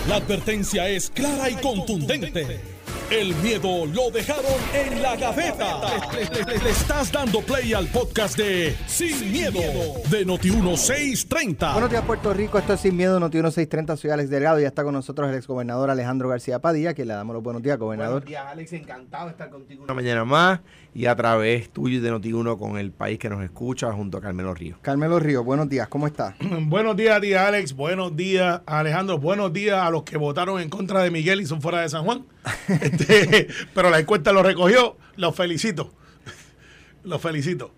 La advertencia es clara y contundente. El miedo lo dejaron en la gaveta. Le estás dando play al podcast de Sin Miedo de Noti1630. Buenos días, Puerto Rico. Esto es Sin Miedo, Noti1630. Soy Alex Delgado y ya está con nosotros el exgobernador Alejandro García Padilla, que le damos los buenos días, gobernador. Buenos días, Alex. Encantado de estar contigo una mañana más y a través tuyo y de Noti1 con el país que nos escucha junto a Carmelo Ríos. Carmelo Ríos, buenos días. ¿Cómo está? Buenos días a ti, Alex. Buenos días, Alejandro. Buenos días a los que votaron en contra de Miguel y son fuera de San Juan. Pero la encuesta lo recogió. Los felicito. Los felicito.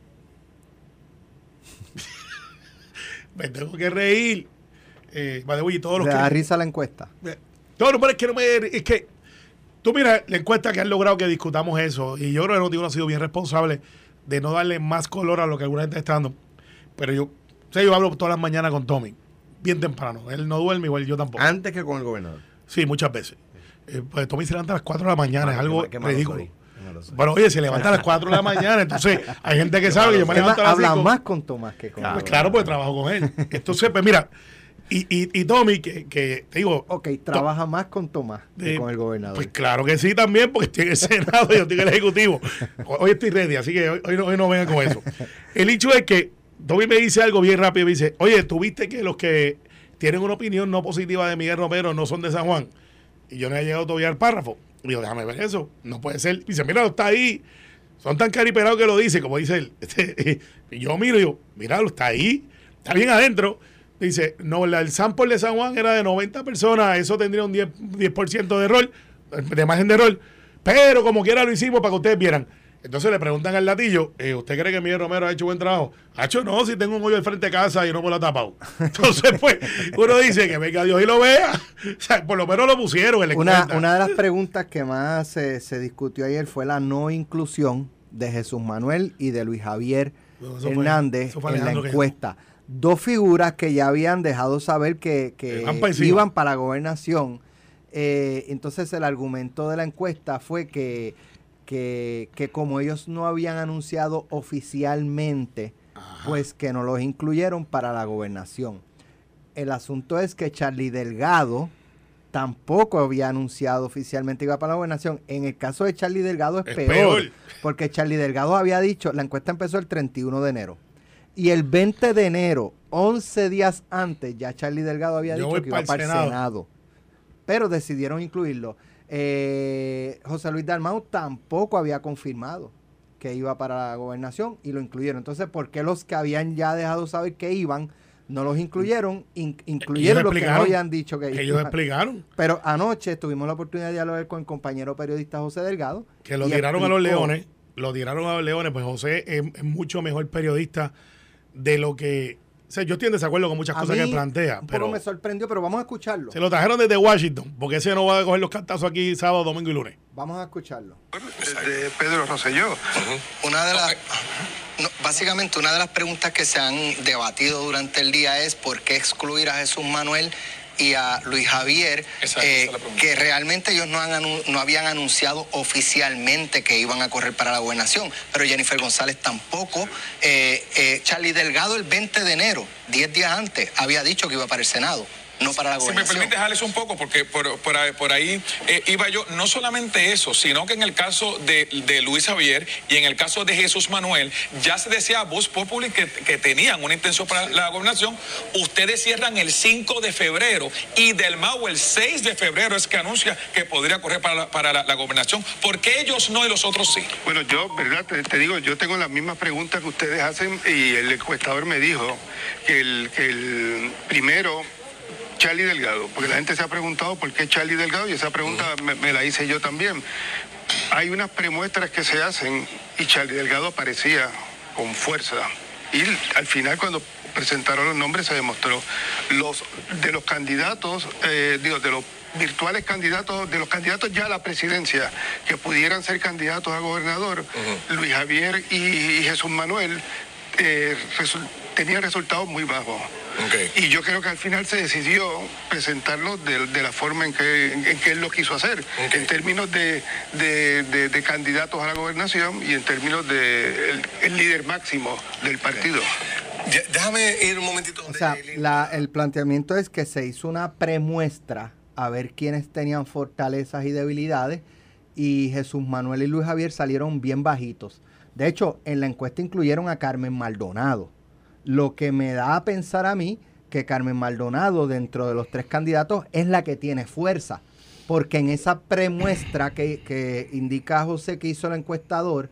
Me tengo que reír. Todos los ¿Le da que... risa la encuesta? No, pero es que no me... Es que tú mira la encuesta que han logrado que discutamos eso. Y yo creo que Noti1 ha sido bien responsable de no darle más color a lo que alguna gente está dando. Pero yo hablo todas las mañanas con Tommy. Bien temprano. Él no duerme igual, yo tampoco. Antes que con el gobernador. Sí, muchas veces. Pues Tommy se levanta a las 4 de la mañana, es algo ridículo. Soy. Pero oye, se levanta a las 4 de la mañana, entonces hay gente que sabe que yo me levanto a las 5. Habla más con Tomás que con Claro, pues trabajo con él. Entonces, pues mira, y Tommy, que te digo... Ok, trabaja más con Tomás que con el gobernador. Pues claro que sí también, porque estoy en el Senado y yo estoy en el Ejecutivo. Hoy estoy ready, así que hoy no vengan con eso. El hecho es que Tommy me dice algo bien rápido, me dice, oye, ¿tú viste que los que tienen una opinión no positiva de Miguel Romero no son de San Juan? Y yo no he llegado todavía al párrafo. Y digo, déjame ver eso. No puede ser. Y dice, mira, está ahí. Son tan caripelados que lo dice, como dice él. Y yo miro y digo, míralo, está ahí. Está bien adentro. Dice, no, el sample de San Juan era de 90 personas. Eso tendría un 10% de error, de margen de error. Pero como quiera lo hicimos para que ustedes vieran. Entonces le preguntan al latillo, ¿usted cree que Miguel Romero ha hecho buen trabajo? Hacho, no, si tengo un hoyo al frente de casa y no me lo ha tapado. Entonces, pues, uno dice que venga Dios y lo vea. O sea, por lo menos lo pusieron en la encuesta. Una de las preguntas que más se discutió ayer fue la no inclusión de Jesús Manuel y de Luis Javier Hernández en la encuesta. Dos figuras que ya habían dejado saber que iban para la gobernación. Entonces, el argumento de la encuesta fue que como ellos no habían anunciado oficialmente, pues que no los incluyeron para la gobernación. El asunto es que Charlie Delgado tampoco había anunciado oficialmente que iba para la gobernación. En el caso de Charlie Delgado es peor, porque Charlie Delgado había dicho, la encuesta empezó el 31 de enero, y el 20 de enero, 11 días antes, ya Charlie Delgado había dicho que iba para el Senado. Pero decidieron incluirlo. José Luis Dalmau tampoco había confirmado que iba para la gobernación y lo incluyeron. Entonces, ¿por qué los que habían ya dejado saber que iban no los incluyeron? Incluyeron los que no habían dicho que iban. Ellos explicaron. Pero anoche tuvimos la oportunidad de dialogar con el compañero periodista José Delgado. Que lo tiraron a los Leones. Lo tiraron a los Leones. Pues José es mucho mejor periodista de lo que... O sea, yo estoy en desacuerdo con muchas cosas que plantea. Pero me sorprendió, pero vamos a escucharlo. Se lo trajeron desde Washington, porque ese no va a coger los cantazos aquí sábado, domingo y lunes. Vamos a escucharlo. De Pedro Rosselló. Básicamente, una de las preguntas que se han debatido durante el día es por qué excluir a Jesús Manuel y a Luis Javier, que realmente ellos no habían anunciado oficialmente que iban a correr para la gobernación, pero Jennifer González tampoco. Charlie Delgado el 20 de enero, 10 días antes, había dicho que iba para el Senado, no para la gobernación. Si me permites, Alex, un poco, porque por ahí iba yo. No solamente eso, sino que en el caso de Luis Javier y en el caso de Jesús Manuel, ya se decía a voz populi que tenían una intención para la gobernación. Ustedes cierran el 5 de febrero y Dalmau el 6 de febrero es que anuncia que podría correr para la gobernación. ¿Por qué ellos no y los otros sí? Bueno, yo, verdad, te digo, yo tengo las mismas preguntas que ustedes hacen y el encuestador me dijo que el primero... Charlie Delgado, porque la gente se ha preguntado por qué Charlie Delgado y esa pregunta me la hice yo también. Hay unas premuestras que se hacen y Charlie Delgado aparecía con fuerza y al final cuando presentaron los nombres se demostró de los candidatos, de los virtuales candidatos, de los candidatos ya a la presidencia que pudieran ser candidatos a gobernador, Luis Javier y Jesús Manuel tenían resultados muy bajos. Y yo creo que al final se decidió presentarlo de la forma en que él lo quiso hacer, en términos de candidatos a la gobernación y en términos de el líder máximo del partido. Déjame ir un momentito. O sea, el planteamiento es que se hizo una premuestra a ver quiénes tenían fortalezas y debilidades, y Jesús Manuel y Luis Javier salieron bien bajitos. De hecho, en la encuesta incluyeron a Carmen Maldonado, lo que me da a pensar a mí que Carmen Maldonado, dentro de los 3 candidatos, es la que tiene fuerza, porque en esa premuestra que indica José que hizo el encuestador,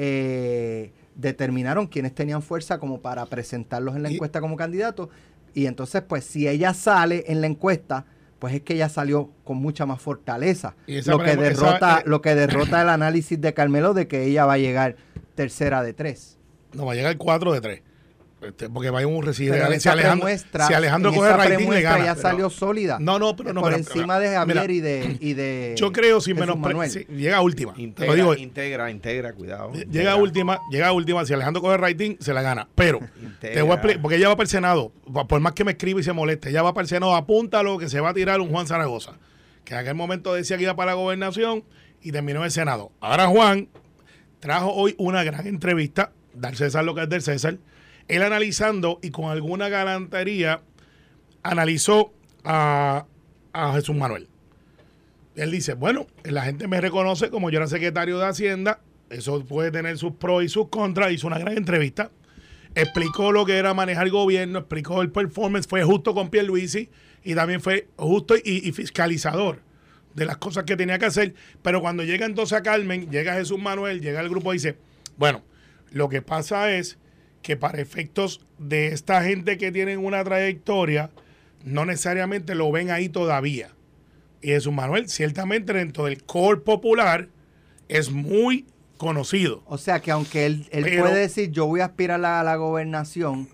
determinaron quiénes tenían fuerza como para presentarlos en la encuesta como candidatos, y entonces pues si ella sale en la encuesta, pues es que ella salió con mucha más fortaleza, lo que derrota el análisis de Carmelo de que ella va a llegar tercera de 3. No, va a llegar 4 de 3. Porque va a un residente. Si Alejandro coge rating, le gana. Ya salió sólida. Por encima de Javier y de yo creo, sin menos llega última. Integra, cuidado. Llega última. Si Alejandro coge rating, se la gana. Pero, te voy a explicar, porque ella va para el Senado. Por más que me escriba y se moleste, ella va para el Senado. Apúntalo que se va a tirar un Juan Zaragoza, que en aquel momento decía que iba para la gobernación y terminó en el Senado. Ahora Juan trajo hoy una gran entrevista, dar César lo que es del César. Él analizando y con alguna galantería analizó a Jesús Manuel. Él dice, bueno, la gente me reconoce como yo era secretario de Hacienda, eso puede tener sus pros y sus contras, hizo una gran entrevista, explicó lo que era manejar el gobierno, explicó el performance, fue justo con Pierluisi y también fue justo y fiscalizador de las cosas que tenía que hacer, pero cuando llega entonces a Carmen, llega Jesús Manuel, llega el grupo y dice, bueno, lo que pasa es que para efectos de esta gente que tienen una trayectoria, no necesariamente lo ven ahí todavía. Y Jesús Manuel, ciertamente dentro del core popular, es muy conocido. O sea que aunque él puede decir, yo voy a aspirar a la gobernación,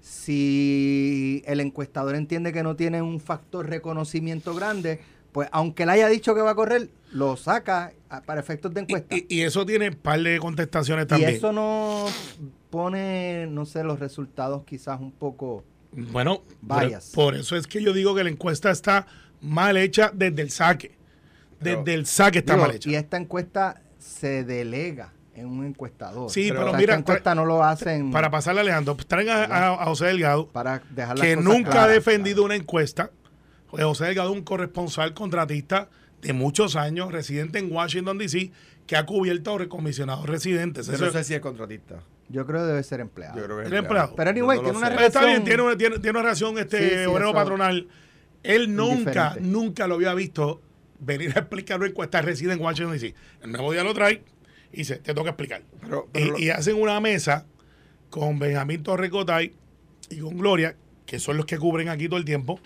si el encuestador entiende que no tiene un factor reconocimiento grande, pues aunque él haya dicho que va a correr, lo saca para efectos de encuesta. Y eso tiene un par de contestaciones también. Y eso no pone, no sé, los resultados quizás un poco bias. Por eso es que yo digo que la encuesta está mal hecha desde el saque. Desde el saque está mal hecha. Y esta encuesta se delega en un encuestador. Sí, pero mira, esta encuesta no lo hacen. Para pasarle a Alejandro, traen a José Delgado, para dejar que nunca ha defendido una encuesta. José Delgado es un corresponsal contratista de muchos años, residente en Washington, D.C., que ha cubierto a comisionados residentes. Yo no sé si es contratista. Yo creo que debe ser empleado. Yo creo que es empleado. Pero anyway, tiene una relación. Está bien, tiene una relación obrero patronal. Él nunca lo había visto venir a explicar una encuesta, reside en Washington, D.C. El nuevo día lo trae y dice, te toca explicar. Y hacen una mesa con Benjamín Torrecotay y con Gloria, que son los que cubren aquí todo el tiempo.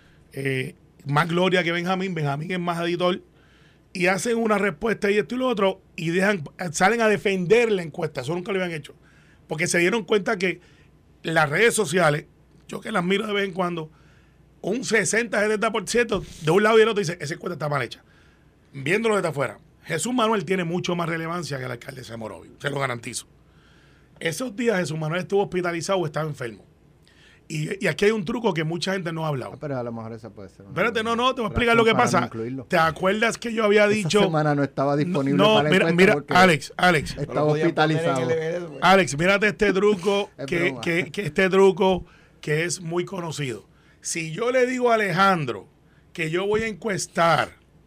Más Gloria que Benjamín es más editor, y hacen una respuesta y esto y lo otro, y salen a defender la encuesta. Eso nunca lo habían hecho, porque se dieron cuenta que las redes sociales, yo que las miro de vez en cuando, un 60-70% de un lado y del otro dice, esa encuesta está mal hecha. Viéndolo desde afuera, Jesús Manuel tiene mucho más relevancia que el alcalde de Morovi, se lo garantizo. Esos días Jesús Manuel estuvo hospitalizado o estaba enfermo. Y aquí hay un truco que mucha gente no ha hablado. Pero a lo mejor eso puede ser. Espérate, te voy a explicar lo que pasa. ¿Te acuerdas que yo había dicho? Esa semana no estaba disponible para la encuesta. Mira, Alex. Estaba hospitalizado. Alex, mírate este truco, este truco que es muy conocido. Si yo le digo a Alejandro que yo voy a encuestar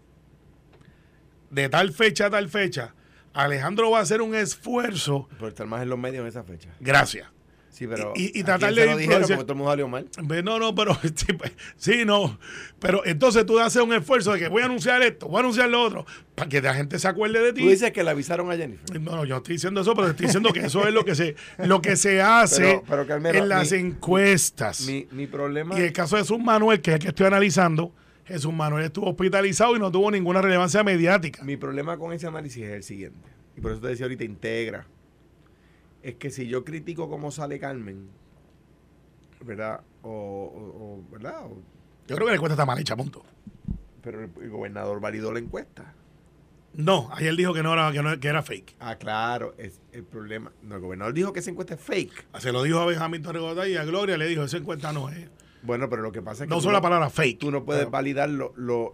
de tal fecha a tal fecha, Alejandro va a hacer un esfuerzo. Por estar más en los medios en esa fecha. Gracias. Sí, pero y tratar de influenciar. Todo el mundo salió mal. No, pero no. Pero entonces tú haces un esfuerzo de que voy a anunciar esto, voy a anunciar lo otro, para que la gente se acuerde de ti. Tú dices que le avisaron a Jennifer. No, yo no estoy diciendo eso, pero estoy diciendo que eso es lo que se hace pero Carmelo, en las encuestas. Mi problema. Y el caso de Jesús Manuel, que es el que estoy analizando, Jesús Manuel estuvo hospitalizado y no tuvo ninguna relevancia mediática. Mi problema con ese análisis es el siguiente, y por eso te decía ahorita, integra. Es que si yo critico cómo sale Carmen, ¿verdad? ¿Verdad? Yo creo que la encuesta está mal hecha, punto. Pero el gobernador validó la encuesta. No, ayer dijo que era fake. Ah, claro, es el problema. No, el gobernador dijo que esa encuesta es fake. Se lo dijo a Benjamín Torrecotay y a Gloria le dijo, esa encuesta no es. Bueno, pero lo que pasa es que no solo la palabra fake. Tú no puedes validar los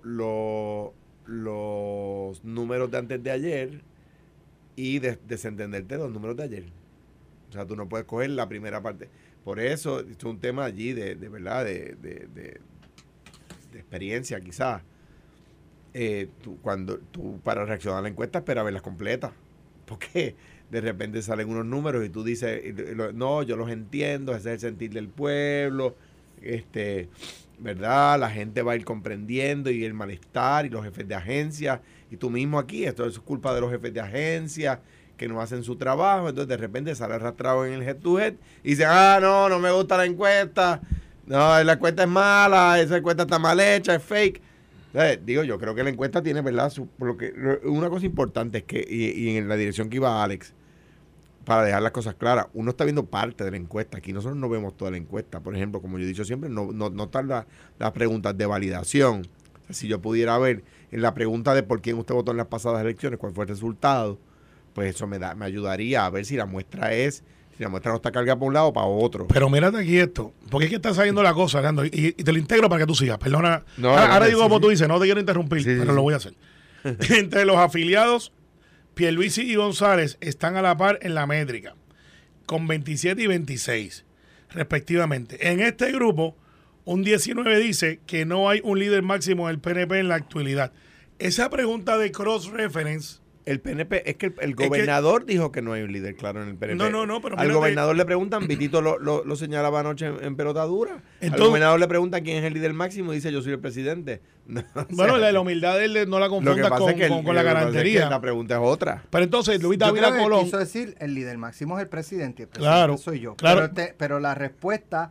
números de antes de ayer y desentenderte de los números de ayer. O sea, tú no puedes coger la primera parte. Por eso, esto es un tema allí de verdad, de experiencia quizás. cuando tú para reaccionar a la encuesta espera verlas completas. Porque de repente salen unos números y tú dices, no, yo los entiendo, ese es el sentir del pueblo, ¿verdad? La gente va a ir comprendiendo y el malestar y los jefes de agencia, y tú mismo aquí, esto es culpa de los jefes de agencia que no hacen su trabajo. Entonces de repente sale arrastrado en el head to head y dice, no me gusta la encuesta, no, la encuesta es mala, esa encuesta está mal hecha, es fake. Digo, yo creo que la encuesta tiene, ¿verdad? Una cosa importante es que, y en la dirección que iba Alex, para dejar las cosas claras, uno está viendo parte de la encuesta. Aquí nosotros no vemos toda la encuesta. Por ejemplo, como yo he dicho siempre, no están las preguntas de validación. O sea, si yo pudiera ver en la pregunta de por quién usted votó en las pasadas elecciones, cuál fue el resultado, pues eso me ayudaría a ver si la muestra no está cargada por un lado o para otro. Pero mírate aquí esto, porque es que está saliendo la cosa, Leandro, y te lo integro para que tú sigas. Perdona, ahora digo como tú dices, no te quiero interrumpir, pero lo voy a hacer. Entre los afiliados, Pierluisi y González están a la par en la métrica, con 27 y 26, respectivamente. En este grupo, un 19 dice que no hay un líder máximo del PNP en la actualidad. Esa pregunta de cross-reference... El PNP, es que el gobernador dijo que no hay un líder claro en el PNP. No, pero al gobernador le preguntan, Vitito lo señalaba anoche en pelota dura. Entonces, al gobernador le preguntan quién es el líder máximo y dice, yo soy el presidente. Bueno, la humildad de él no la confundas con la garantería. La pregunta es otra. Pero entonces, Luis Dávila Colón... quiso decir, el líder máximo es el presidente soy yo. Claro. Pero la respuesta...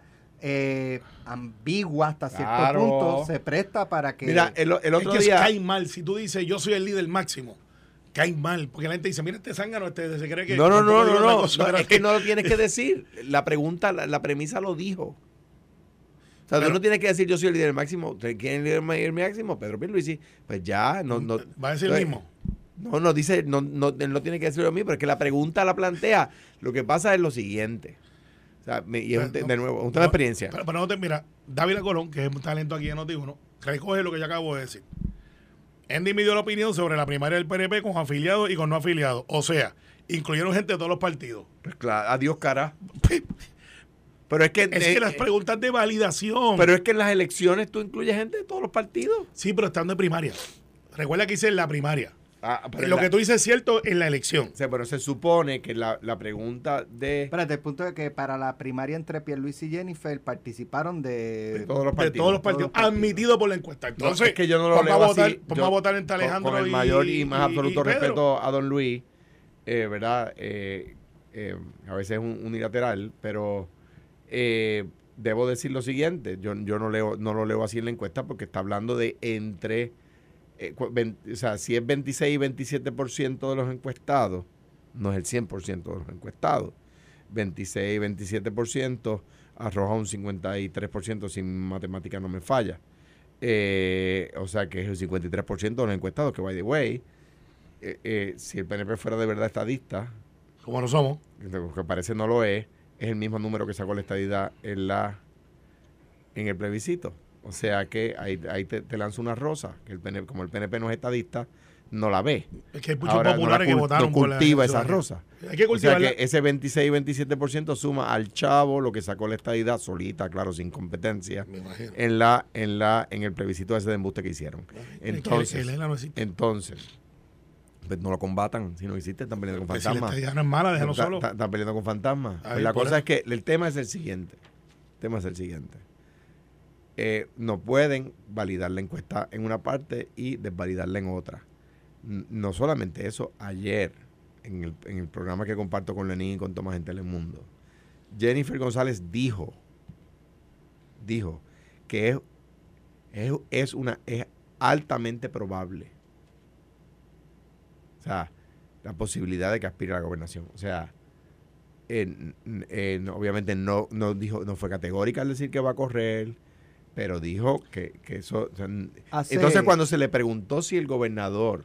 ambigua hasta cierto punto, se presta para que... Mira, el otro día... cae mal, si tú dices, yo soy el líder máximo, cae mal, porque la gente dice, mira este zángano, se cree que... No, es que no lo tienes que decir. La pregunta, la premisa lo dijo. O sea, tú no tienes que decir, yo soy el líder máximo. ¿Quién es el líder máximo? Pedro Pierluisi. Pues ya, no... Va a decir el mismo. No dice, él no tiene que decir lo mismo, pero es que la pregunta la plantea. Lo que pasa es lo siguiente. O sea, y es de nuevo, una experiencia. Pero mira, Dávila Colón, que es un talento aquí en Noti1, recoge lo que yo acabo de decir. Andy me dio la opinión sobre la primaria del PNP con afiliados y con no afiliados. O sea, incluyeron gente de todos los partidos. Pues claro, adiós cara. Pero es que las preguntas de validación. Pero es que en las elecciones tú incluyes gente de todos los partidos. Sí, pero estando en primaria. Recuerda que hice en la primaria. Lo que tú dices es cierto en la elección. O sea, pero se supone que la pregunta de... Espérate, el punto de que para la primaria entre Pierluisi y Jennifer participaron de todos los partidos. De todos los partidos. Admitido por la encuesta. Entonces, es que yo no lo leo así. Vamos a votar entre Alejandro con el mayor y más absoluto y respeto a don Luis, ¿verdad? A veces es unilateral, pero debo decir lo siguiente. Yo no lo leo así en la encuesta porque está hablando de entre... o sea, si es 26 y 27% de los encuestados, no es el 100% de los encuestados. 26 y 27% arroja un 53%, si matemática no me falla. O sea, que es el 53% de los encuestados, que by the way, si el PNP fuera de verdad estadista, como no somos, que parece no lo es el mismo número que sacó la estadidad en el plebiscito. O sea que ahí te lanza una rosa, que como el PNP no es estadista, no la ve. Es que hay muchos populares que votaron por la cultiva esa rosa. Hay que cultivarla. O sea que ese 26 y 27% suma al chavo lo que sacó la estadidad solita, claro, sin competencia, en el plebiscito ese de embuste que hicieron. Entonces, pues no lo combatan, si no existe, están peleando con fantasmas. Si la estadidad no es mala, déjalo solo. Están peleando con fantasmas. Pues la cosa es que el tema es el siguiente. No pueden validar la encuesta en una parte y desvalidarla en otra. No solamente eso, ayer en el programa que comparto con Lenín y con Tomás en Telemundo, Jennifer González dijo que es altamente probable, o sea, la posibilidad de que aspire a la gobernación. O sea, obviamente no fue categórica al decir que va a correr, pero dijo que eso... O sea, entonces, cuando se le preguntó si el gobernador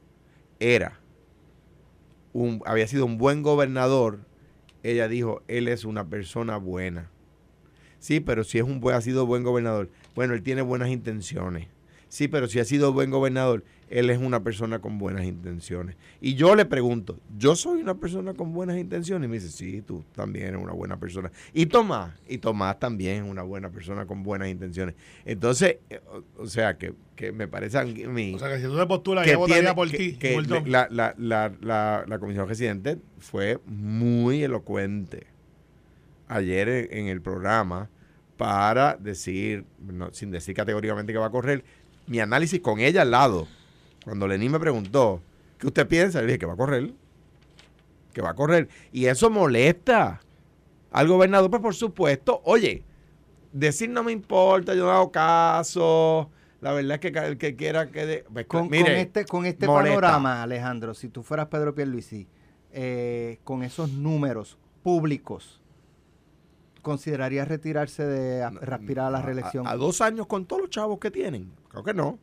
había sido un buen gobernador, ella dijo, él es una persona buena. Sí, pero si ha sido buen gobernador. Bueno, él tiene buenas intenciones. Sí, pero si ha sido buen gobernador, él es una persona con buenas intenciones. Y yo le pregunto, ¿yo soy una persona con buenas intenciones? Y me dice, sí, tú también eres una buena persona. Y Tomás también es una buena persona con buenas intenciones. Entonces, o sea, que me parece a mí... O sea, que si tú te postulas, yo votaría por ti. Que la comisión residente fue muy elocuente ayer en el programa para decir, sin decir categóricamente que va a correr, mi análisis con ella al lado. Cuando Lenín me preguntó, ¿qué usted piensa? Le dije que va a correr. Y eso molesta al gobernador, pues por supuesto. Oye, decir no me importa, yo no hago caso. La verdad es que el que quiera que... Con este panorama, Alejandro, si tú fueras Pedro Pierluisi, con esos números públicos, ¿considerarías retirarse de aspirar a la reelección? A 2 años con todos los chavos que tienen. Creo que no.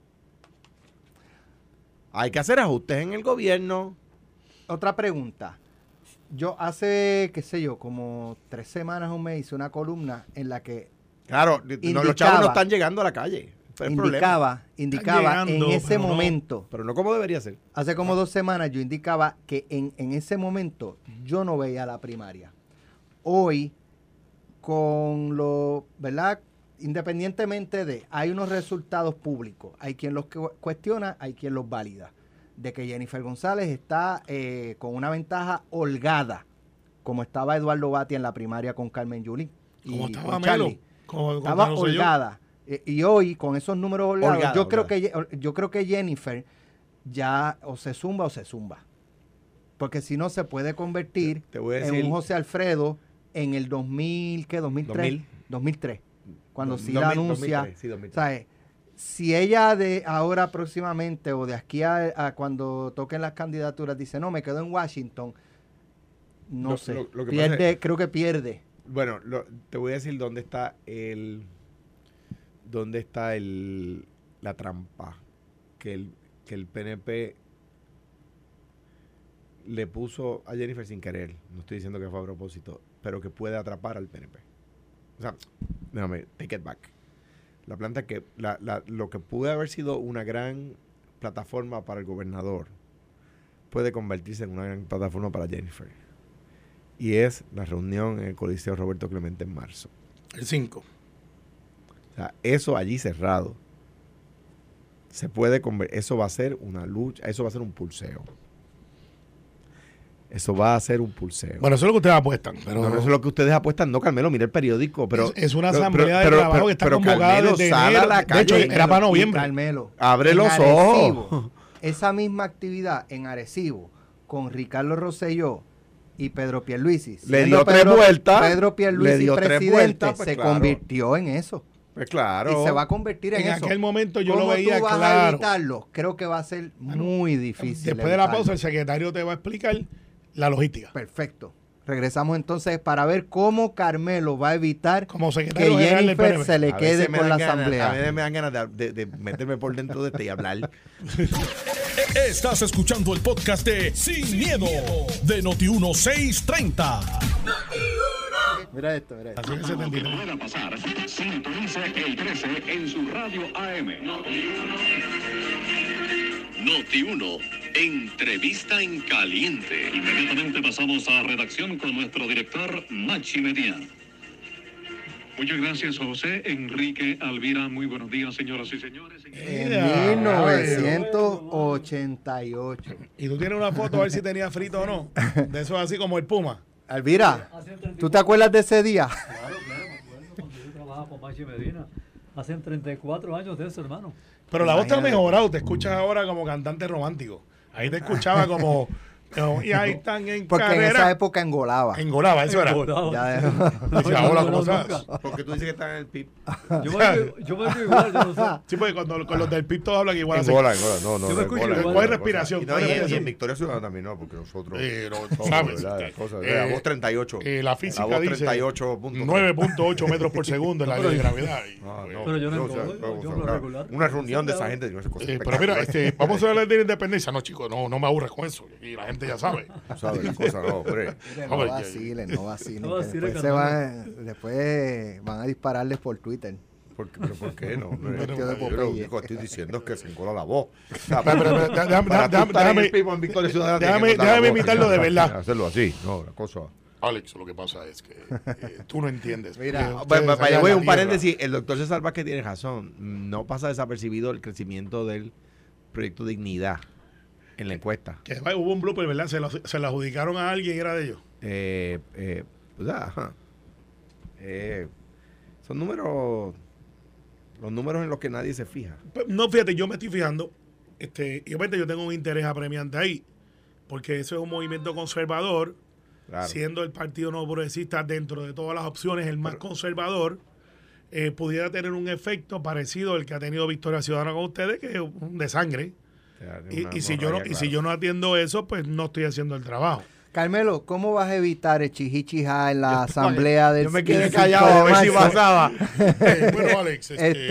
Hay que hacer ajustes en el gobierno. Otra pregunta. Yo hace, como 3 semanas o un mes hice una columna en la que claro, los chavos no están llegando a la calle. Indicaba en ese momento. Pero no como debería ser. Hace como 2 semanas yo indicaba que en ese momento yo no veía la primaria. Hoy, ¿verdad? Independientemente hay unos resultados públicos, hay quien los cuestiona, hay quien los valida, de que Jennifer González está con una ventaja holgada, como estaba Eduardo Batia en la primaria con Carmen Yulín y con Charlie. Estaba holgada. Y hoy, con esos números holgados, yo creo que Jennifer ya o se zumba. Porque si no, se puede convertir en un José Alfredo en el 2003. Cuando Sila anuncia, 2003. ¿sabes? Si ella de ahora próximamente o de aquí a cuando toquen las candidaturas dice, no, me quedo en Washington, pierde, creo que pierde. Bueno, te voy a decir dónde está la trampa que el PNP le puso a Jennifer sin querer. No estoy diciendo que fue a propósito, pero que puede atrapar al PNP. O sea, déjame, take it back. La planta que, lo que pudo haber sido una gran plataforma para el gobernador puede convertirse en una gran plataforma para Jennifer. Y es la reunión en el Coliseo Roberto Clemente en marzo. El 5. O sea, eso allí cerrado se puede convertir, eso va a ser una lucha, eso va a ser un pulseo. Eso va a ser un pulseo. Bueno, eso es lo que ustedes apuestan. Pero no, eso es lo que ustedes apuestan. No, Carmelo, mira el periódico. Pero es una asamblea de trabajo que está convocada desde enero. De hecho, era para noviembre. Carmelo, abre los ojos. Esa misma actividad en Arecibo con Ricardo Rosselló y Pedro Pierluisi. Le dio 3 vueltas. Pedro Pierluisi, presidente, se convirtió en eso. Pues claro. Y se va a convertir en eso. En aquel momento yo lo veía claro. ¿Cómo tú vas a evitarlo? Creo que va a ser muy difícil. Después de la pausa, el secretario te va a explicar la logística. Perfecto. Regresamos entonces para ver cómo Carmelo va a evitar como que Jennifer se le quede con la asamblea. A veces me dan ganas de meterme por dentro de este y hablar. Estás escuchando el podcast de Sin Miedo de Noti1 630. Mira esto. Así que se entendió. Pueda pasar, sintonice el 13 en su radio AM. Noti1, entrevista en caliente. Inmediatamente pasamos a redacción con nuestro director, Machi Medina. Muchas gracias, José Enrique Alvira. Muy buenos días, señoras y señores. En 1988. Y tú tienes una foto a ver si tenía frito o no. De eso así como el Puma. Alvira, ¿tú te acuerdas de ese día? Claro, me acuerdo cuando yo trabajaba con Machi Medina. Hace 34 años de eso, hermano. Pero la voz te ha mejorado, te escuchas ahora como cantante romántico. Ahí te escuchaba como y ahí están en porque carrera. En esa época engolaba. Engolaba, eso era. Ya hola, ¿cómo estás? Porque tú dices que están en el PIB. Yo me digo igual, yo no sé. Sí, porque cuando con los del PIB todos hablan igual. Engola. No. Yo me escucho igual. Coge respiración. Y en Victoria Ciudadana también no, porque nosotros sabes. La voz 38. La física la voz dice 38.8 metros por segundo en la ley de gravedad. Pero yo no engolo, yo hablo regular. Una reunión de esa gente. Pero mira, vamos a hablar de la independencia. No, chicos, no me aburres con eso. Y la gente ya sabe. ¿Sabes? Las cosas no, hombre. No vacilen. Después van a dispararles por Twitter. ¿Pero por qué no? Vestido de Yo lo Popeye. único que estoy diciendo es que se encola la voz. O sea, Pero, déjame imitarlo de verdad. Hacerlo así, no, la cosa. Alex, lo que pasa es que tú no entiendes. Mira, Voy un paréntesis. El doctor César Vázquez tiene razón. No pasa desapercibido el crecimiento del proyecto Dignidad en la encuesta. Que hubo un blooper, ¿verdad? Se lo adjudicaron a alguien y era de ellos. Pues, ajá. Son números, los números en los que nadie se fija. No, fíjate, yo me estoy fijando, y obviamente yo tengo un interés apremiante ahí, porque eso es un movimiento conservador, claro. Siendo el Partido Nuevo Progresista dentro de todas las opciones el más conservador, pudiera tener un efecto parecido al que ha tenido Victoria Ciudadana con ustedes, que es de sangre. Y si yo no atiendo eso, pues no estoy haciendo el trabajo. Carmelo, ¿cómo vas a evitar el chijichijá en la asamblea del... Yo me quedé callado a ver si pasaba. Bueno, Alex,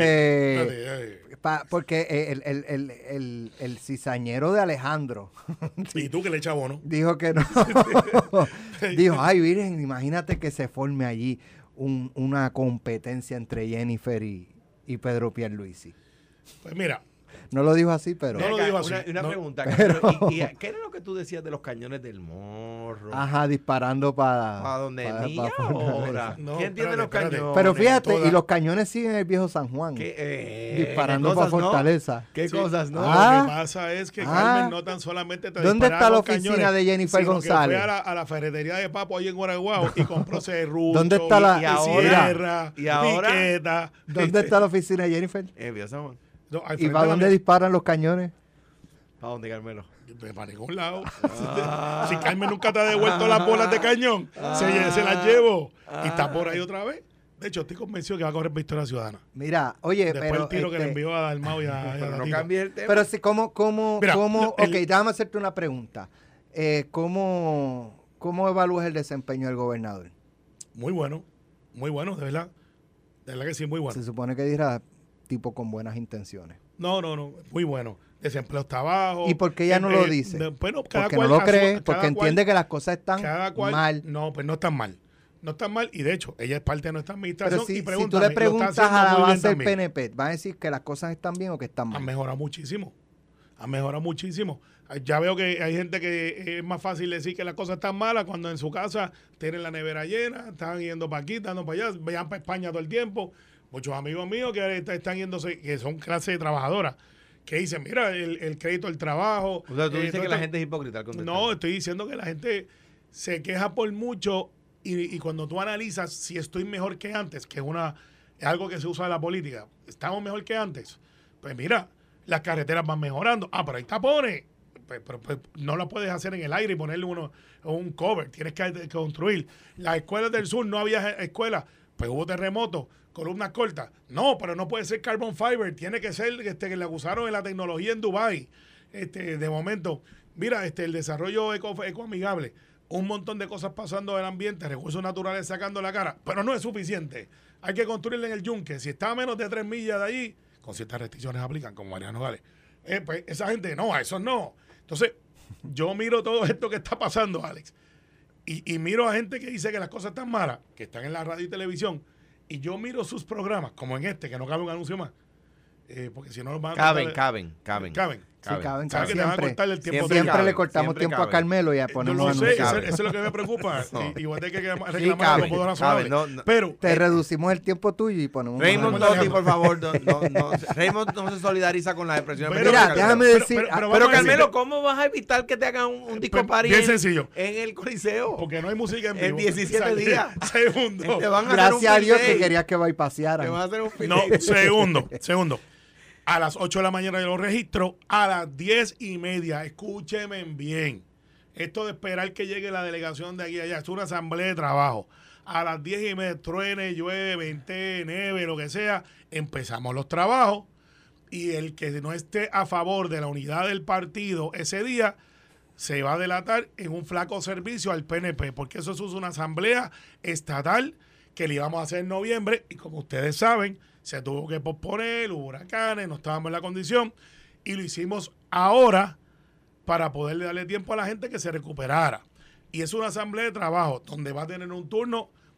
porque el cizañero de Alejandro... ¿Y tú que le echas bono? Dijo que no. Dijo, ay, miren, imagínate que se forme allí una competencia entre Jennifer y Pedro Pierluisi. Pues mira... No lo dijo así, pero... No lo dijo así. Una pregunta. ¿Y qué era lo que tú decías de los cañones del Morro? Ajá, disparando para... ¿Para dónde? Ahora. No, ¿Quién tiene los cañones? Pero fíjate, y los cañones siguen en el viejo San Juan. Disparando para Fortaleza. ¿no? ¿Qué cosas, no? Lo que pasa es que Carmen no tan solamente te ¿Dónde está la oficina cañones, de Jennifer González? Que fue a la ferretería de Papo ahí en Guaraguao y compró serrucho, ¿Dónde está la sierra, piqueta? ¿Dónde está la oficina de Jennifer? En viejo San Juan. No, ¿Y para dónde disparan los cañones? ¿Para dónde, Carmelo? Para ningún lado. Si Carmen nunca te ha devuelto las bolas de cañón, se las llevo. Y está por ahí otra vez. De hecho, estoy convencido que va a correr Victoria Ciudadana. Mira, oye, después pero... el tiro que le envió a Dalmau y a pero no Tito. cambie el tema. Pero sí, ok, déjame hacerte una pregunta. ¿Cómo evalúas el desempeño del gobernador? Muy bueno, de verdad. De verdad que sí, muy bueno. Se supone que dirá tipo con buenas intenciones. No, muy bueno. Desempleo está bajo. ¿Y por qué ella no lo dice? Bueno, porque no lo cree, porque entiende que las cosas están mal. No, pues no están mal. No están mal, y de hecho, ella es parte de nuestra administración. Pero y si tú le preguntas a la base del PNP, ¿van a decir que las cosas están bien o que están mal? Han mejorado muchísimo. Ya veo que hay gente que es más fácil decir que las cosas están malas cuando en su casa tienen la nevera llena, están yendo para aquí, están para allá, vayan para España todo el tiempo. Muchos amigos míos que están yéndose, que son clase de trabajadoras, que dicen, mira, el crédito del trabajo. O sea, tú dices que la gente es hipócrita al contestar. No, estoy diciendo que la gente se queja por mucho y cuando tú analizas si estoy mejor que antes, que es algo que se usa en la política, estamos mejor que antes, pues mira, las carreteras van mejorando. Pero hay tapones. Pues no lo puedes hacer en el aire y ponerle un cover, tienes que construir. Las escuelas del sur no había escuelas, pues hubo terremotos, columnas cortas. No, pero no puede ser carbon fiber, tiene que ser que le acusaron en la tecnología en Dubái. De momento, mira, el desarrollo ecoamigable, un montón de cosas pasando en el ambiente, recursos naturales sacando la cara, pero no es suficiente. Hay que construirle en el yunque. Si está a menos de 3 millas de allí, con ciertas restricciones aplican, como Mariano Gales. Pues esa gente, no, a eso no. Entonces, yo miro todo esto que está pasando, Alex, y miro a gente que dice que las cosas están malas, que están en la radio y televisión, y yo miro sus programas, como en que no cabe un anuncio más, porque si no nos van a... Caben. Sí, caben. ¿Sabes que te van a cortar el tiempo? Siempre le cortamos tiempo a Carmelo y a ponemos anuncios. Eso es lo que me preocupa. Igual hay que reclamar a los nacionales. Pero te reducimos el tiempo tuyo y ponemos... Raymond Doty, por favor. Raymond no se solidariza con la depresión. Mira, déjame decir... Pero Carmelo, ¿cómo vas a evitar que te hagan un disco party bien sencillo en el Coliseo? Porque no hay música en vivo. En 17 días. Segundo. Gracias a Dios que querías que bypasearan. Te van a hacer un No, segundo. A las 8 de la mañana yo lo registro, a las 10:30, escúcheme bien. Esto de esperar que llegue la delegación de aquí a allá, es una asamblea de trabajo. A las 10:30, truene, llueve, vente, nieve, lo que sea, empezamos los trabajos. Y el que no esté a favor de la unidad del partido ese día, se va a delatar en un flaco servicio al PNP, porque eso es una asamblea estatal que le íbamos a hacer en noviembre, y como ustedes saben, se tuvo que posponer, hubo huracanes, no estábamos en la condición, y lo hicimos ahora para poderle darle tiempo a la gente que se recuperara. Y es una asamblea de trabajo donde va a tener un turno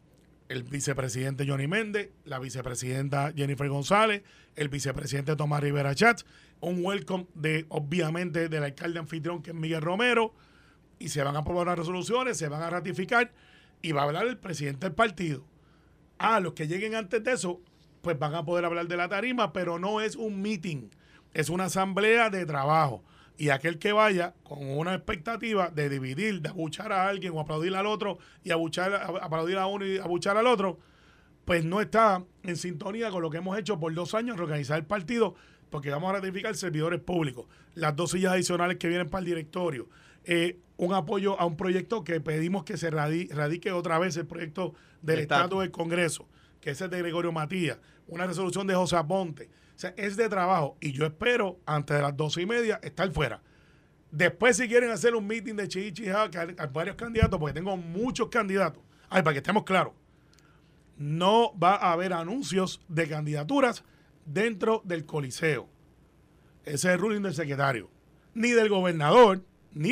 el vicepresidente Johnny Méndez, la vicepresidenta Jennifer González, el vicepresidente Tomás Rivera Chatz, un welcome obviamente del alcalde anfitrión que es Miguel Romero, y se van a aprobar las resoluciones, se van a ratificar y va a hablar el presidente del partido. Los que lleguen antes de eso, pues van a poder hablar de la tarima, pero no es un meeting, es una asamblea de trabajo. Y aquel que vaya con una expectativa de dividir, de abuchar a alguien o aplaudir al otro y aplaudir a uno y abuchar al otro, pues no está en sintonía con lo que hemos hecho por 2 años, reorganizar el partido, porque vamos a ratificar servidores públicos, las 2 sillas adicionales que vienen para el directorio, un apoyo a un proyecto que pedimos que se radique otra vez, el proyecto del estatus del Congreso, que es el de Gregorio Matías, una resolución de José Aponte. O sea, es de trabajo y yo espero antes de las 12:30 estar fuera. Después, si quieren hacer un meeting de chichija, que hay varios candidatos, porque tengo muchos candidatos. Para que estemos claros, no va a haber anuncios de candidaturas dentro del Coliseo. Ese es el ruling del secretario. Ni del gobernador.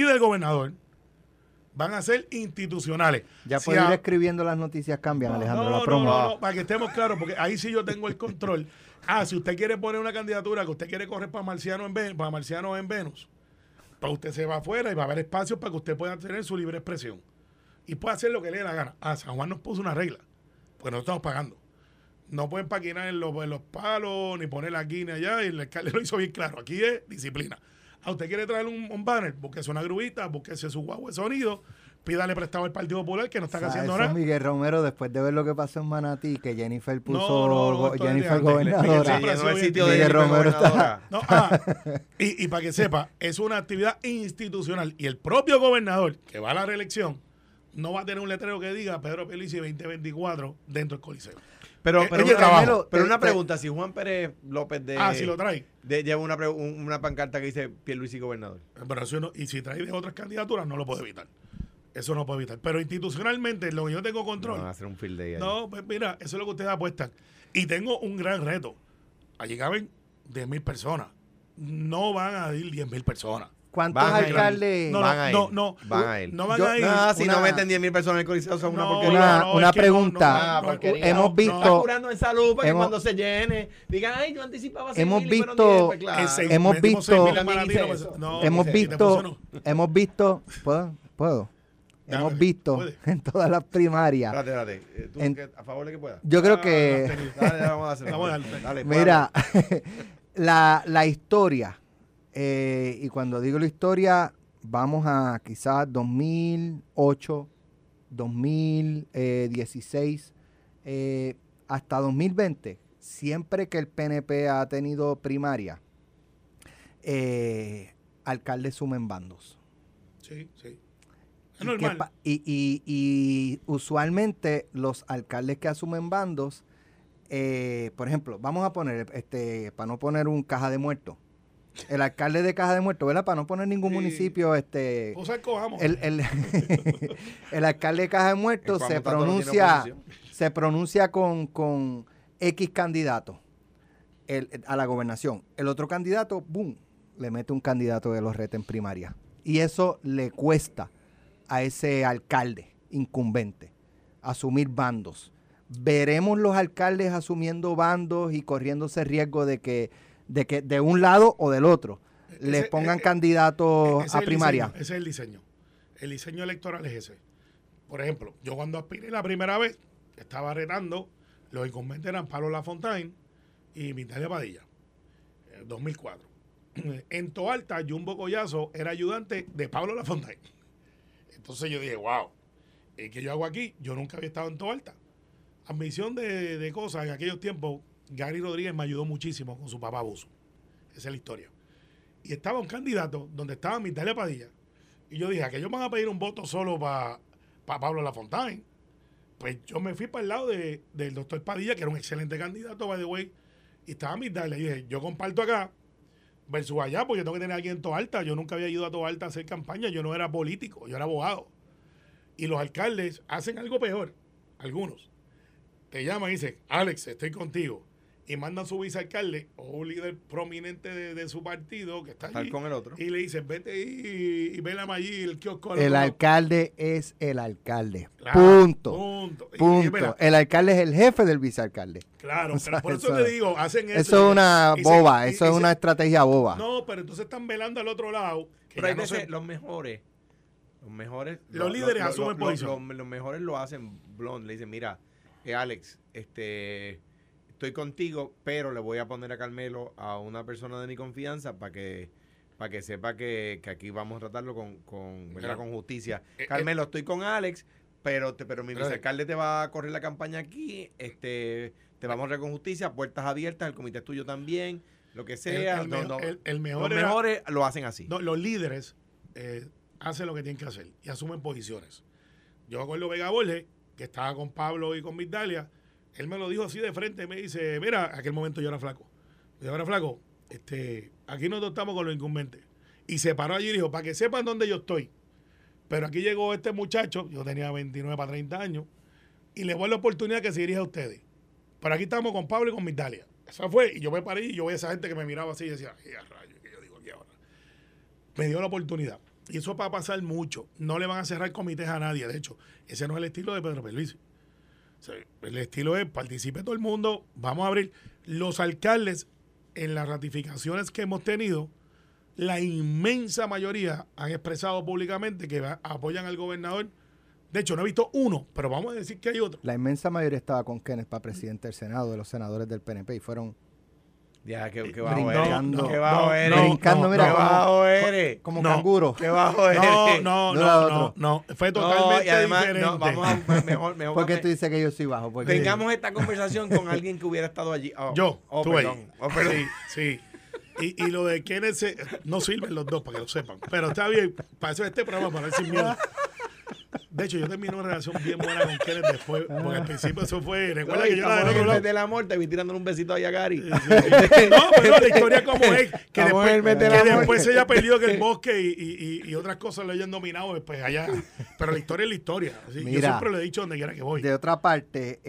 Van a ser institucionales. Ya puedes ir escribiendo las noticias cambian, Alejandro. No, para que estemos claros, porque ahí sí yo tengo el control. Si usted quiere poner una candidatura que usted quiere correr para Marciano en Venus, pues usted se va afuera y va a haber espacio para que usted pueda tener su libre expresión. Y puede hacer lo que le dé la gana. San Juan nos puso una regla, pues no estamos pagando. No pueden paquinar en los palos, ni poner la guinea allá, y el alcalde lo hizo bien claro. Aquí es disciplina. Usted quiere traer un banner, búsquese una grubita, búsquese su guagua de sonido, pídale prestado al Partido Popular que no está haciendo nada. Miguel Romero, después de ver lo que pasó en Manatí, que Jennifer puso Jennifer gobernadora. Miguel Romero está. Y para que sepa, es una actividad institucional y el propio gobernador que va a la reelección no va a tener un letrero que diga Pedro Pierluisi 2024 dentro del Coliseo. Pero una pregunta, si Juan Pérez López si lo trae. Lleva una pancarta que dice Pierluisi gobernador. Pero eso no, y si trae de otras candidaturas, no lo puede evitar. Eso no puede evitar. Pero institucionalmente, lo que yo tengo control. No, va a hacer un field day ahí. No, pues mira, eso es lo que ustedes apuestan. Y tengo un gran reto. Allí caben 10,000 personas. No van a ir 10,000 personas. ¿Cuántos alcaldes van a ir? No van a ir. Si no meten 10,000 personas en el Coliseo, son una porquería. Una pregunta. Hemos visto. Están curando en salud para que cuando se llene digan, yo anticipaba 6,000 y fueron 10. Pues, claro. Hemos visto. ¿Puedo? Hemos visto en todas las primarias. Espérate. ¿Tú a favor de que pueda? Yo creo que. Dale, vamos a hacerlo. Dale, mira, la historia. Y cuando digo la historia, vamos a quizás 2008, 2016, hasta 2020. Siempre que el PNP ha tenido primaria, alcaldes sumen bandos. Sí. Es normal. Y usualmente los alcaldes que asumen bandos, por ejemplo, vamos a poner, para no poner un Caja de Muertos, el alcalde de Caja de Muertos, ¿verdad? Para no poner ningún municipio, el alcalde de Caja de Muertos se pronuncia con X candidato a la gobernación. El otro candidato, ¡boom!, le mete un candidato de los retos en primaria. Y eso le cuesta a ese alcalde incumbente asumir bandos. Veremos los alcaldes asumiendo bandos y corriéndose riesgo de que de un lado o del otro les pongan candidatos a primaria. Ese es el diseño. El diseño electoral es ese. Por ejemplo, yo cuando aspiré la primera vez, estaba retando, los incumbentes eran Pablo Lafontaine y Migdalia Padilla, 2004. En Toalta, Jumbo Collazo era ayudante de Pablo Lafontaine. Entonces yo dije, wow, ¿qué yo hago aquí? Yo nunca había estado en Toalta. Admisión de cosas en aquellos tiempos. Gary Rodríguez me ayudó muchísimo con su papá Buzo. Esa es la historia. Y estaba un candidato donde estaba Migdalia Padilla. Y yo dije, ¿a que ellos van a pedir un voto solo para Pablo Lafontaine? Pues yo me fui para el lado del doctor Padilla, que era un excelente candidato, by the way. Y estaba Migdalia. Y dije, yo comparto acá versus allá, porque yo tengo que tener a alguien en Toalta. Yo nunca había ido a Toalta a hacer campaña. Yo no era político, yo era abogado. Y los alcaldes hacen algo peor, algunos. Te llaman y dicen, Alex, estoy contigo. y mandan su vicealcalde o un líder prominente de su partido que está allí con el otro. y le dicen, vete y vélame allí el kiosco. El alcalde es el alcalde. Claro, Punto. Punto. El alcalde es el jefe del vicealcalde. Claro, O sea, pero por eso le digo, hacen eso. Eso es una boba, eso es una estrategia boba. No, pero entonces están velando al otro lado. Que Pero hay ya no veces se- los mejores, los líderes asumen posición. Los mejores lo hacen blonde. Le dicen, mira, Alex, estoy contigo, pero le voy a poner a Carmelo a una persona de mi confianza para que sepa que aquí vamos a tratarlo con justicia. Carmelo, estoy con Alex, pero mi vicealcalde te va a correr la campaña aquí, te vamos a tratar con justicia, puertas abiertas, el comité es tuyo también, lo que sea. Los mejores lo hacen así. No, los líderes hacen lo que tienen que hacer y asumen posiciones. Yo acuerdo Vega Borges, que estaba con Pablo y con Migdalia, él me lo dijo así de frente, me dice, mira, aquel momento yo era flaco. Yo era flaco, aquí nosotros estamos con los incumbentes. Y se paró allí y dijo, para que sepan dónde yo estoy. Pero aquí llegó este muchacho, yo tenía 29 para 30 años, y le voy la oportunidad que se dirija a ustedes. Pero aquí estamos con Pablo y con Migdalia. Eso fue, y yo me paré y yo veía a esa gente que me miraba así y decía, ¡ay, a rayos! ¿Qué yo digo aquí ahora? Me dio la oportunidad. Y eso va a pasar mucho. No le van a cerrar comités a nadie. De hecho, ese no es el estilo de Pedro Pierluisi. O sea, el estilo es, participe todo el mundo, vamos a abrir. Los alcaldes, en las ratificaciones que hemos tenido, la inmensa mayoría han expresado públicamente que apoyan al gobernador. De hecho, no he visto uno, pero vamos a decir que hay otro. La inmensa mayoría estaba con Kenneth para presidente del Senado, de los senadores del PNP, y fueron Ya, qué bajo brincando, eres. Qué bajo eres. brincando, mira, qué bajo eres. como canguro. Qué bajo eres. No. Fue totalmente y además, diferente. vamos a mejor. ¿Por qué tú dices que yo soy bajo? Porque Tengamos esta conversación con alguien que hubiera estado allí. Perdón. Perdón. Sí. Y lo de Kenneth no sirven los dos, para que lo sepan. Pero está bien, para eso es este programa, para ver sin miedo. De hecho, yo terminé una relación bien buena con Kenneth después, porque al principio eso fue. Recuerda que yo era del otro lado. Del amor, te vi tirándole un besito a Gary. No, pero la historia como es, que después ella perdió que el bosque y otras cosas lo hayan dominado después allá. Pero la historia es la historia. Así, Mira, yo siempre le he dicho donde quiera que voy. De otra parte,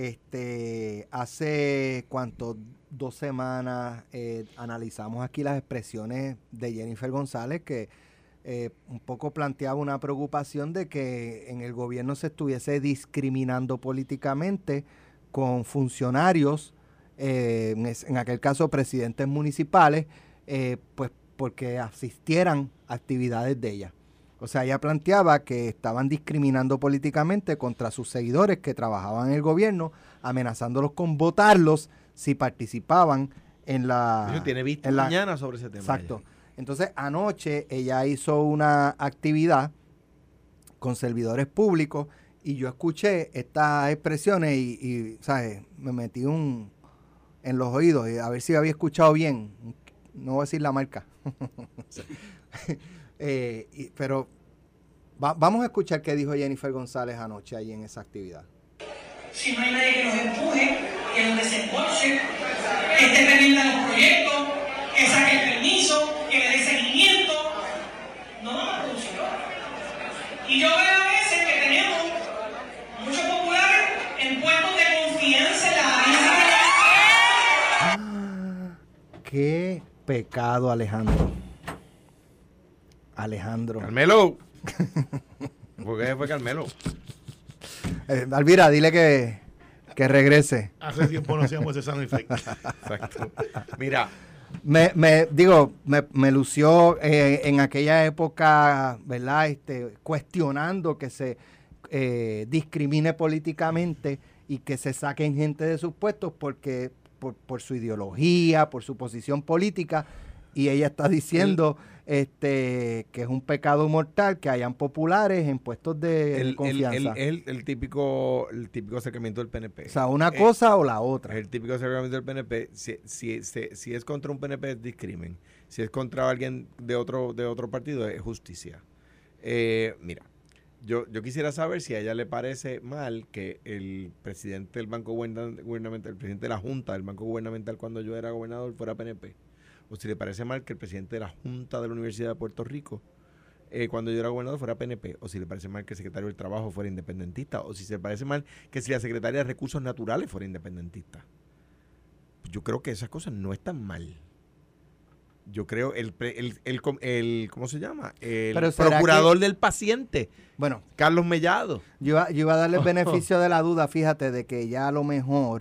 hace 2 semanas analizamos aquí las expresiones de Jennifer González, que un poco planteaba una preocupación de que en el gobierno se estuviese discriminando políticamente con funcionarios, en aquel caso presidentes municipales, pues porque asistieran a actividades de ella. O sea, ella planteaba que estaban discriminando políticamente contra sus seguidores que trabajaban en el gobierno, amenazándolos con votarlos si participaban en la... Eso tiene vista mañana sobre ese tema. Exacto. Ella. Entonces, anoche ella hizo una actividad con servidores públicos y yo escuché estas expresiones y ¿sabes? Me metí en los oídos a ver si había escuchado bien. No voy a decir la marca. Pero vamos a escuchar qué dijo Jennifer González anoche ahí en esa actividad. Si no hay nadie que nos empuje, que nos desembolse, que esté pendiente de los proyectos, que saque el permiso, que le dé seguimiento, no vamos a producir. Y yo veo a veces que tenemos muchos populares en puestos de confianza en la vida. Qué pecado, Alejandro. Carmelo. ¿Por qué fue Carmelo? Alvira, dile que regrese. Hace tiempo no hacíamos ese sound effect. Exacto. Mira. Me lució en aquella época, ¿verdad? Cuestionando que se discrimine políticamente y que se saquen gente de sus puestos porque por su ideología, por su posición política, y ella está diciendo que es un pecado mortal que hayan populares en puestos de confianza. El típico acercamiento del PNP. O sea, una cosa o la otra. El típico acercamiento del PNP. Si es contra un PNP es discrimen. Si es contra alguien de otro partido es justicia. Mira, yo quisiera saber si a ella le parece mal que el presidente del Banco Gubernamental, el presidente de la Junta del Banco Gubernamental cuando yo era gobernador fuera PNP. O si le parece mal que el presidente de la Junta de la Universidad de Puerto Rico, cuando yo era gobernador, fuera PNP. O si le parece mal que el secretario del Trabajo fuera independentista. O si le parece mal que si la secretaria de Recursos Naturales fuera independentista. yo creo que esas cosas no están mal. Yo creo ¿cómo se llama? El procurador del paciente. Bueno, Carlos Mellado. Yo iba a darle el beneficio de la duda, fíjate, de que ya a lo mejor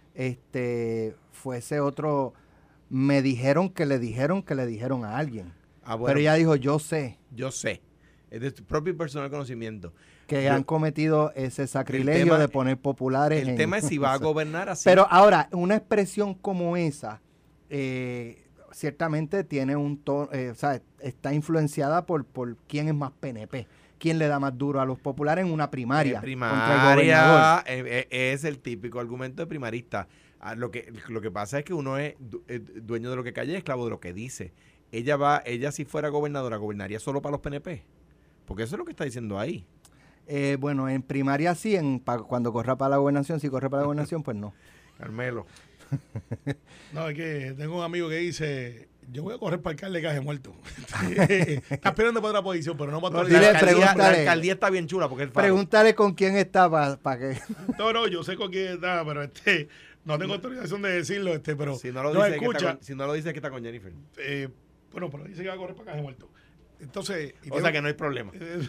fuese otro. Me dijeron que le dijeron a alguien. Bueno, pero ella dijo, yo sé. Yo sé. Es de tu propio y personal conocimiento. Que han cometido ese sacrilegio de poner populares. El tema es si va a gobernar así. Pero ahora, una expresión como esa, ciertamente tiene un tono, o sea, está influenciada por quién es más PNP. ¿Quién le da más duro a los populares en una primaria? Primaria es el típico argumento de primarista. Lo que pasa es que uno es dueño de lo que calla y esclavo de lo que dice. Ella si fuera gobernadora, ¿gobernaría solo para los PNP? Porque eso es lo que está diciendo ahí. Bueno, en primaria sí, cuando corra para la gobernación, si corre para la gobernación, pues no. Carmelo. No, es que tengo un amigo que dice, yo voy a correr para alcalde que hace muerto. Está esperando para otra posición, pero no para otra. La alcaldía está bien chula porque pregúntale con quién está para que. No, yo sé con quién está, pero no tengo autorización de decirlo, pero si no lo dice, si no lo dice que está con Jennifer. Bueno, pero dice que va a correr para acá de muerto. Entonces, o sea que no hay problema.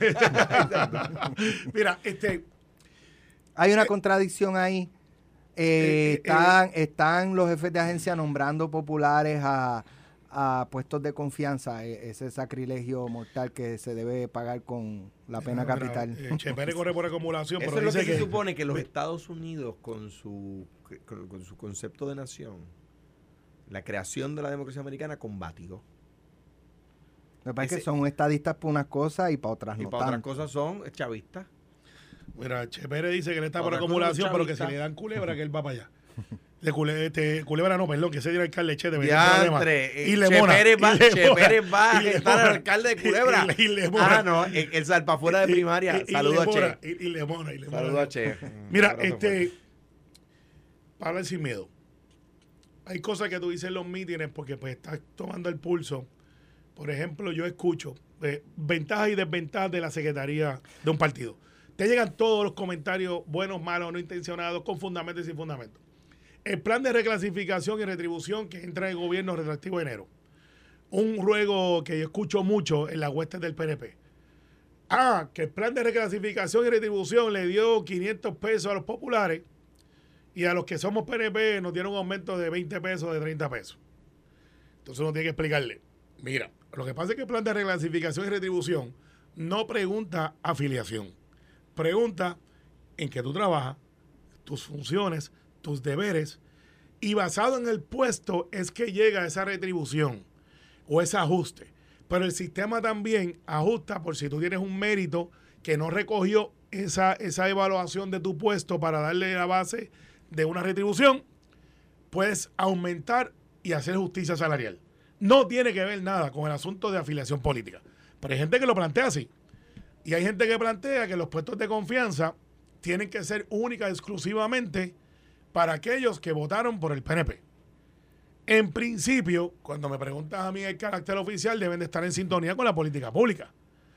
Mira, hay una contradicción ahí. Están los jefes de agencia nombrando populares a puestos de confianza, ese sacrilegio mortal que se debe pagar con la pena capital. Chepere corre por acumulación. Eso pero es lo que se supone que los Estados Unidos con su concepto de nación, la creación de la democracia americana combatió. Me parece que son estadistas para unas cosas y para otras no. Y para otras cosas son chavistas. Mira, Chepere dice que él está por acumulación, pero que si le dan culebra, que él va para allá. Culebra no, perdón, que ese era el alcalde Chete. Y Chepere va a estar al alcalde de Culebra. No, el salpa fuera de primaria. Saludos a Che. Y le mona. Saludos a Che. Mira, para hablar sin miedo. Hay cosas que tú dices en los mítines porque pues estás tomando el pulso. Por ejemplo, yo escucho ventajas y desventajas de la secretaría de un partido. Te llegan todos los comentarios, buenos, malos, no intencionados, con fundamento y sin fundamento. El plan de reclasificación y retribución que entra en el gobierno retroactivo de enero. Un ruego que yo escucho mucho en las huestes del PNP. Que el plan de reclasificación y retribución le dio 500 pesos a los populares y a los que somos PNP nos dieron un aumento de 20 pesos, de 30 pesos. Entonces uno tiene que explicarle. Mira, lo que pasa es que el plan de reclasificación y retribución no pregunta afiliación. Pregunta en qué tú trabajas, tus funciones, tus deberes, y basado en el puesto es que llega esa retribución o ese ajuste. Pero el sistema también ajusta por si tú tienes un mérito que no recogió esa evaluación de tu puesto para darle la base de una retribución, puedes aumentar y hacer justicia salarial. No tiene que ver nada con el asunto de afiliación política. Pero hay gente que lo plantea así. Y hay gente que plantea que los puestos de confianza tienen que ser únicas exclusivamente para aquellos que votaron por el PNP. En principio, cuando me preguntas a mí el carácter oficial, deben de estar en sintonía con la política pública.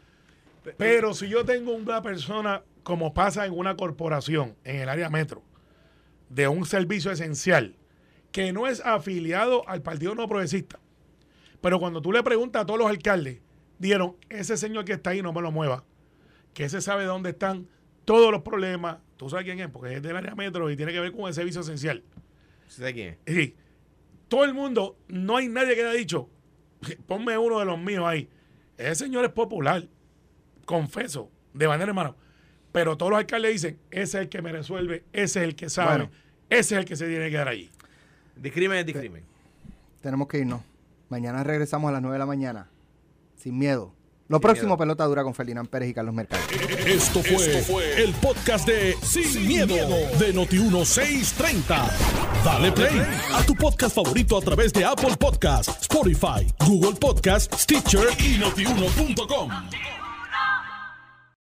Pero si yo tengo una persona, como pasa en una corporación, en el área metro, de un servicio esencial, que no es afiliado al Partido No Progresista, pero cuando tú le preguntas a todos los alcaldes, dijeron, ese señor que está ahí no me lo mueva, que ese sabe dónde están todos los problemas. Tú sabes quién es, porque es del área metro y tiene que ver con el servicio esencial. ¿Sé quién es? Sí. Todo el mundo, no hay nadie que haya dicho, ponme uno de los míos ahí. Ese señor es popular, confeso, de manera hermano. Pero todos los alcaldes dicen, ese es el que me resuelve, ese es el que sabe, ese es el que se tiene que quedar allí. Discrimen es discrimen. Tenemos que irnos. Mañana regresamos a las 9 de la mañana. Sin miedo. Lo próximo, Pelota Dura con Ferdinand Pérez y Carlos Mercado. Esto fue el podcast de Sin miedo de Noti1630. Dale play a tu podcast favorito a través de Apple Podcasts, Spotify, Google Podcasts, Stitcher y Notiuno.com.